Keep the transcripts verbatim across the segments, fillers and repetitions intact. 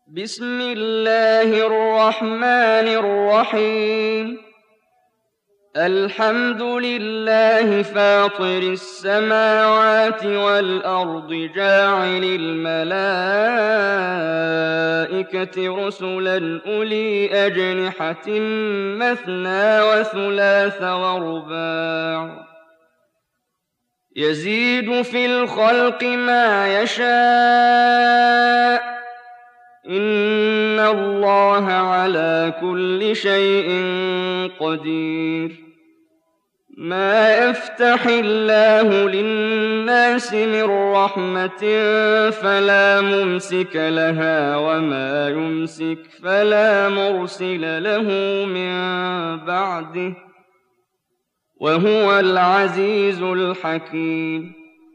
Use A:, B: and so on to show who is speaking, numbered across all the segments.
A: بسم الله الرحمن الرحيم الحمد لله فاطر السماوات والأرض جاعل الملائكة رسلا أولي أجنحة مثنى وثلاث ورباع يزيد في الخلق ما يشاء إن الله على كل شيء قدير ما يفتح الله للناس من رحمة فلا ممسك لها وما يمسك فلا مرسل له من بعده وهو العزيز الحكيم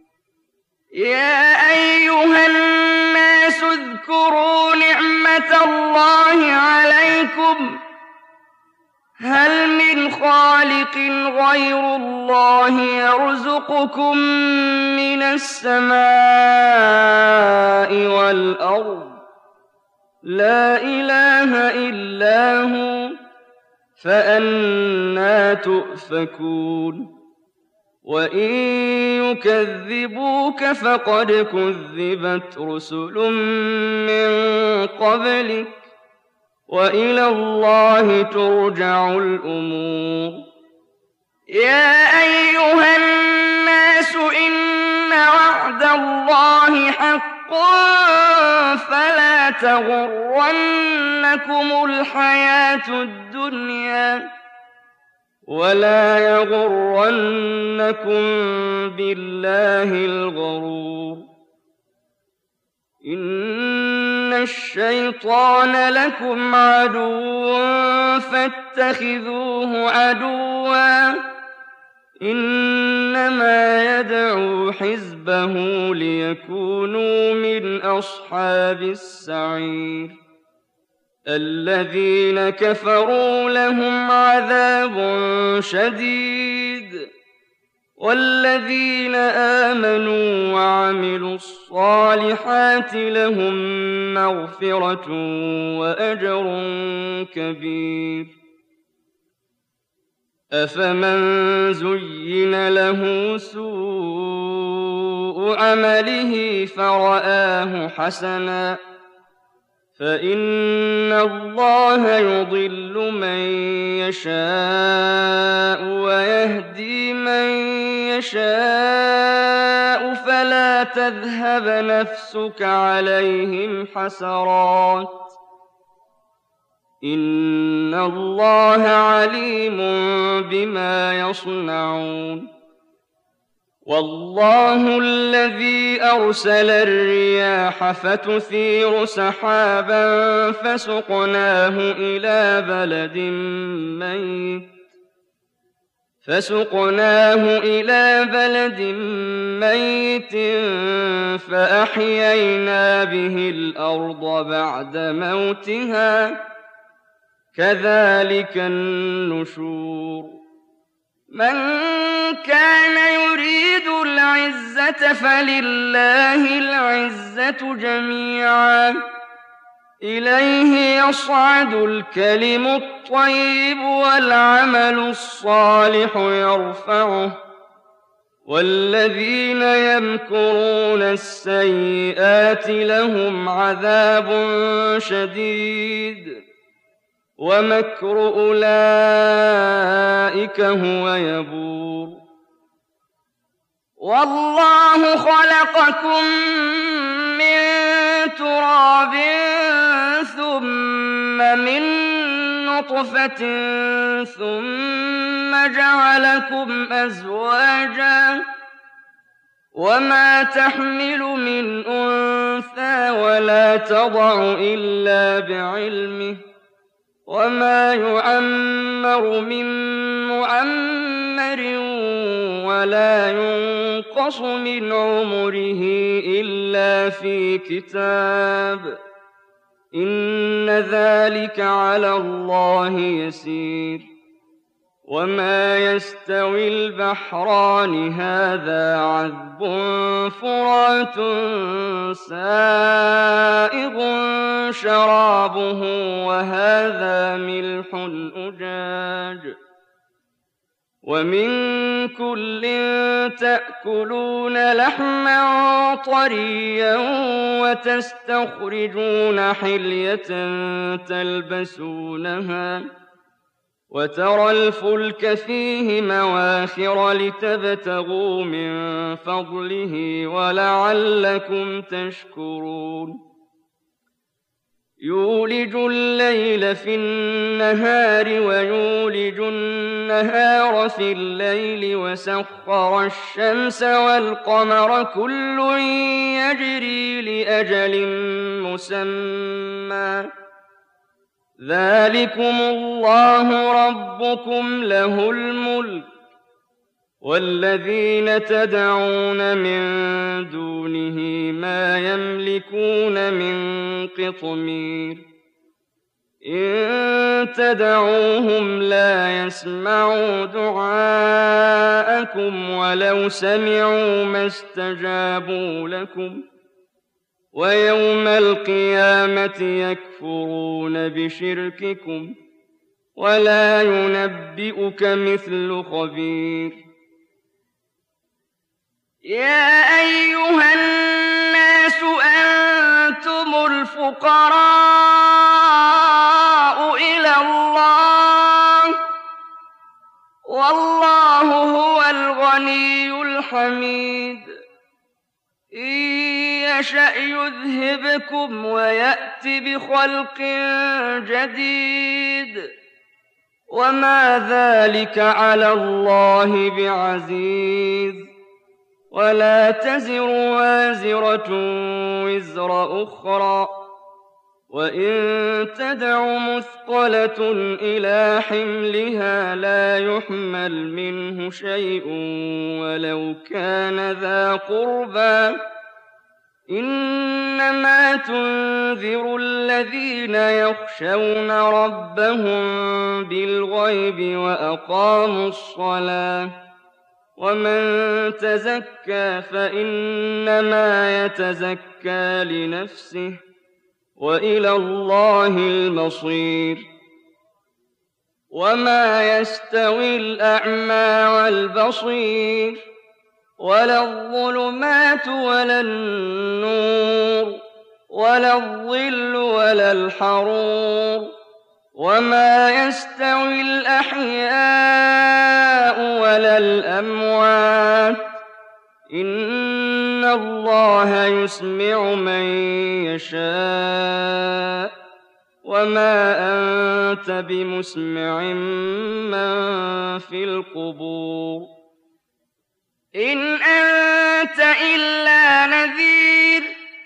A: يا أيها الناس اذكروا نعمة الله عليكم هل من خالق غير الله يرزقكم من السماء والأرض لا إله إلا هو فأنى تؤفكون وإن يكذبوك فقد كذبت رسل من قبلك وإلى الله ترجع الأمور يا أيها الناس إن وعد الله حق فلا تغرنكم الحياة الدنيا ولا يغرنكم بالله الغرور إن الشيطان لكم عدو فاتخذوه عدوا إنما يدعو حزبه ليكونوا من أصحاب السعير الذين كفروا لهم عذاب شديد والذين آمنوا وعملوا الصالحات لهم مغفرة وأجر كبير أفمن زين له سوء عمله فرآه حسنا فإن الله يضل من يشاء ويهدي من يشاء فلا تذهب نفسك عليهم حسرات إن الله عليم بما يصنعون والله الذي أرسل الرياح فتثير سحابا فسقناه إلى بلد ميت فسقناه إلى بلد ميت فأحيينا به الأرض بعد موتها كذلك النشور من كان يريد العزة فلله العزة جميعا إليه يصعد الكلم الطيب والعمل الصالح يرفعه والذين يمكرون السيئات لهم عذاب شديد ومكر أولئك هو يبور والله خلقكم من تراب ثم من نطفة ثم جعلكم أزواجا وما تحمل من أنثى ولا تضع إلا بعلمه وما يعمر من معمر ولا ينقص من عمره إلا في كتاب إن ذلك على الله يسير وما يستوي البحران هذا عذب فرات سائغ شرابه وهذا ملح أجاج ومن كل تأكلون لحما طريا وتستخرجون حلية تلبسونها وترى الفلك فيه مواخر لتبتغوا من فضله ولعلكم تشكرون يولج الليل في النهار ويولج النهار في الليل وسخر الشمس والقمر كل يجري لأجل مسمى ذلكم الله ربكم له الملك والذين تدعون من دونه ما يملكون من قطمير إن تدعوهم لا يسمعوا دعاءكم ولو سمعوا ما استجابوا لكم ويوم القيامة يكفرون بشرككم ولا ينبئك مثل خبير يا أيها الناس أنتم الفقراء إلى الله والله هو الغني الحميد إن يشأ يذهبكم ويأت بخلق جديد وما ذلك على الله بعزيز ولا تزر وازرة وزر أخرى وإن تدع مثقلة إلى حملها لا يحمل منه شيء ولو كان ذا قربى إنما تنذر الذين يخشون ربهم بالغيب وأقاموا الصلاة ومن تزكى فإنما يتزكى لنفسه وإلى الله المصير وما يستوي الأعمى والبصير ولا الظلمات ولا النور ولا الظل ولا الحرور وما يستوي الأحياء ولا الأموات إن الله يسمع من يشاء وما أنت بمسمع من في القبور إن أنت إلا نذير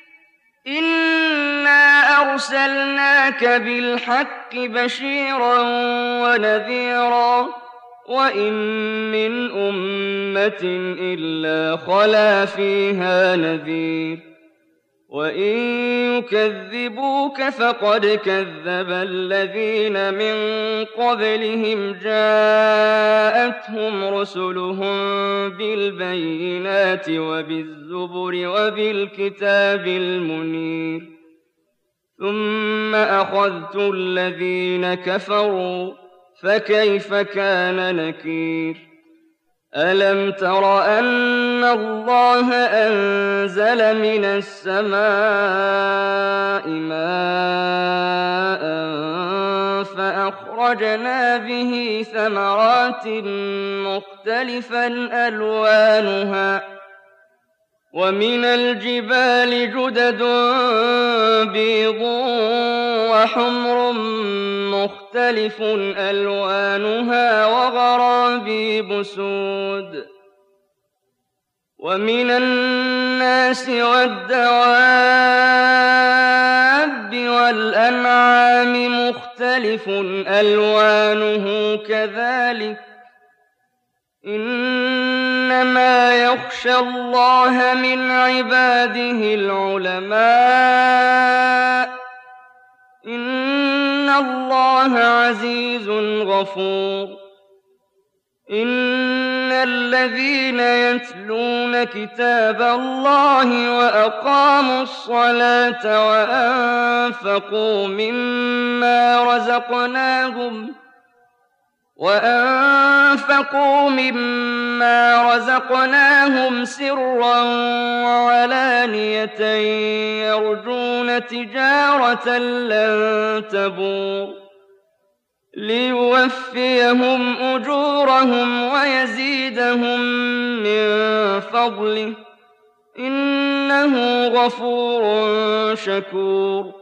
A: إنا أرسلناك بالحق بشيرا ونذيرا وإن من أمة إلا خلا فيها نذير وإن يكذبوك فقد كذب الذين من قبلهم جاءتهم رسلهم بالبينات وبالزبر وبالكتاب المنير ثم أخذت الذين كفروا فكيف كان نكير ألم تر أن الله أنزل من السماء ماء فأخرجنا به ثمرات مختلفا ألوانها ومن الجبال جدد بيض وحمر مختلف ألوانها وغرابيب سود ومن الناس والدواب والأنعام مختلف ألوانه كذلك إنما يخشى الله من عباده العلماء إن الله عزيز غفور إن الذين يتلون كتاب الله وأقاموا الصلاة وأنفقوا مما رزقناهم وأنفقوا مما رزقناهم سرا وعلانية يرجون تجارة لن تبور ليوفيهم أجورهم ويزيدهم من فضله إنه غفور شكور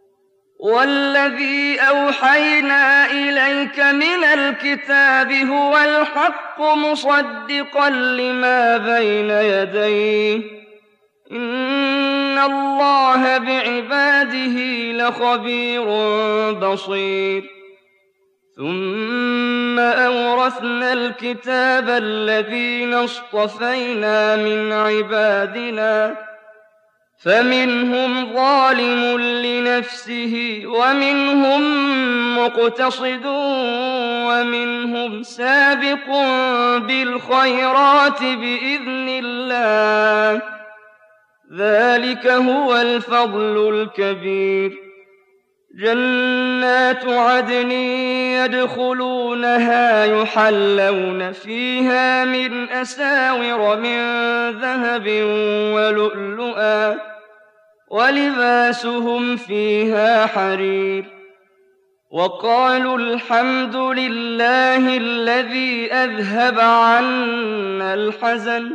A: والذي أوحينا إليك من الكتاب هو الحق مصدقا لما بين يديه إن الله بعباده لخبير بصير ثم أورثنا الكتاب الذين اصطفينا من عبادنا فمنهم ظالم لنفسه ومنهم مقتصد ومنهم سابق بالخيرات بإذن الله ذلك هو الفضل الكبير جنات عدن يدخلونها يحلون فيها من أساور من ذهب ولؤلؤا ولباسهم فيها حرير وقالوا الحمد لله الذي أذهب عنا الحزن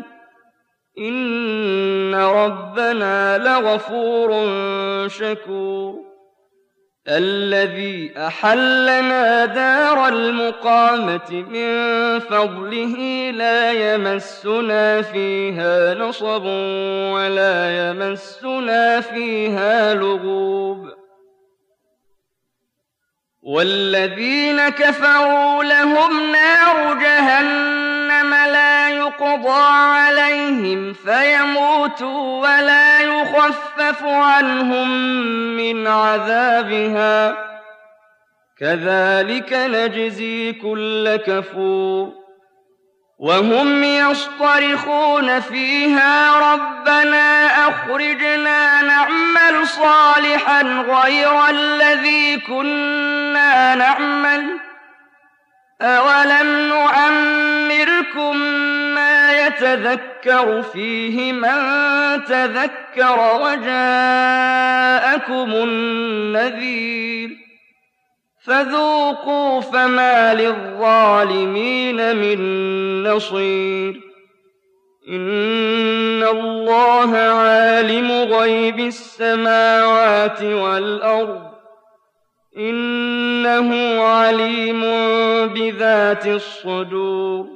A: إن ربنا لغفور شكور الذي أحلنا دار المقامة من فضله لا يمسنا فيها نصب ولا يمسنا فيها لغوب والذين كفروا لهم نار جهنم لا يقضى عليهم فيموتوا ولا يخفف عنهم من عذابها كذلك نجزي كل كفور وهم يصطرخون فيها ربنا أخرجنا نعمل صالحا غير الذي كنا نعمل أولم نعمركم ما يتذكر فيه من تذكر وجاءكم النذير فذوقوا فما للظالمين من نصير إن الله عالم غيب السماوات والأرض إنه عليم بذات الصدور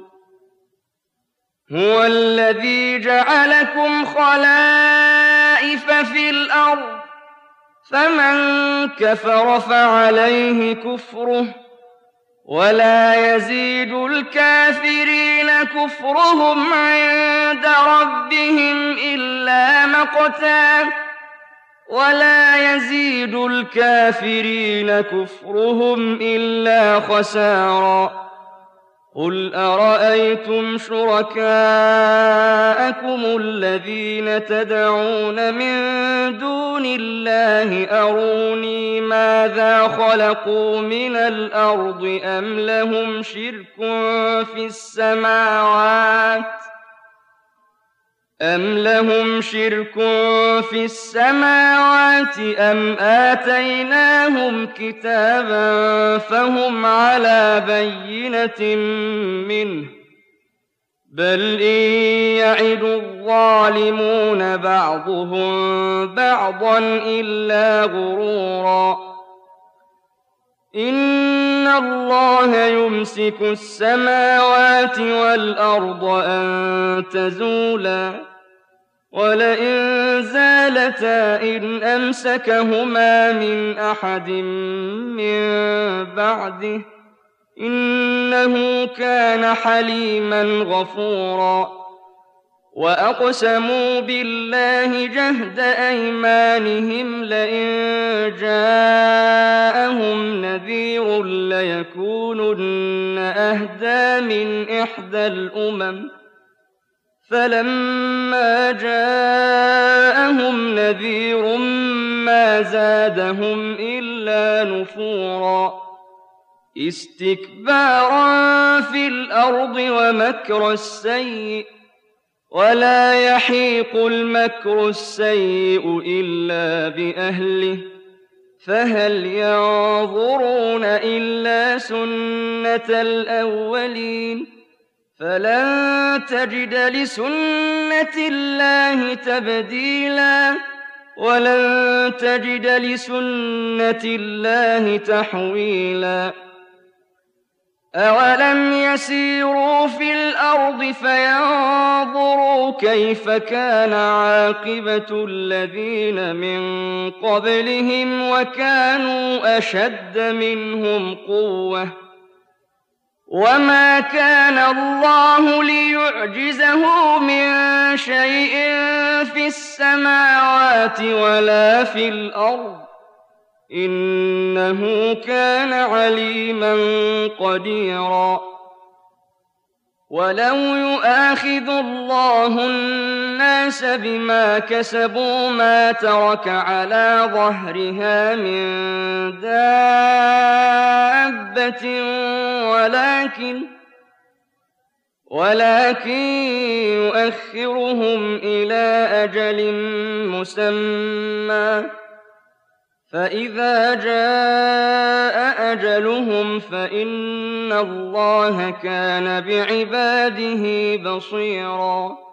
A: هو الذي جعلكم خلائف في الأرض فمن كفر فعليه كفره ولا يزيد الكافرين كفرهم عند ربهم إلا مقتا ولا يزيد الكافرين كفرهم إلا خسارا قل أرأيتم شركاءكم الذين تدعون من دون الله أروني ماذا خلقوا من الأرض أم لهم شرك في السماوات أم لهم شرك في السماوات أم آتيناهم كتابا فهم على بينة منه بل إن يعد الظالمون بعضهم بعضا إلا غرورا إن الله يمسك السماوات والأرض أن تزولا ولئن زالتا إن أمسكهما من أحد من بعده إنه كان حليما غفورا وأقسموا بالله جهد أيمانهم لئن جاءهم نذير ليكونن أهدى من إحدى الأمم فلما جاءهم نذير ما زادهم إلا نفورا استكبارا في الأرض ومكر السيء ولا يحيق المكر السيء إلا بأهله فهل ينظرون إلا سنة الأولين فلن تجد لسنة الله تبديلا ولن تجد لسنة الله تحويلا أولم يسيروا في الأرض فينظروا كيف كان عاقبة الذين من قبلهم وكانوا أشد منهم قوة وما كان الله ليعجزه من شيء في السماوات ولا في الأرض إنه كان عليما قديرا ولو يؤاخذ الله الناس بما كسبوا ما ترك على ظهرها من دابة ولكن ولكن يؤخرهم إلى أجل مسمى فإذا جاء أجلهم فإن الله كان بعباده بصيرا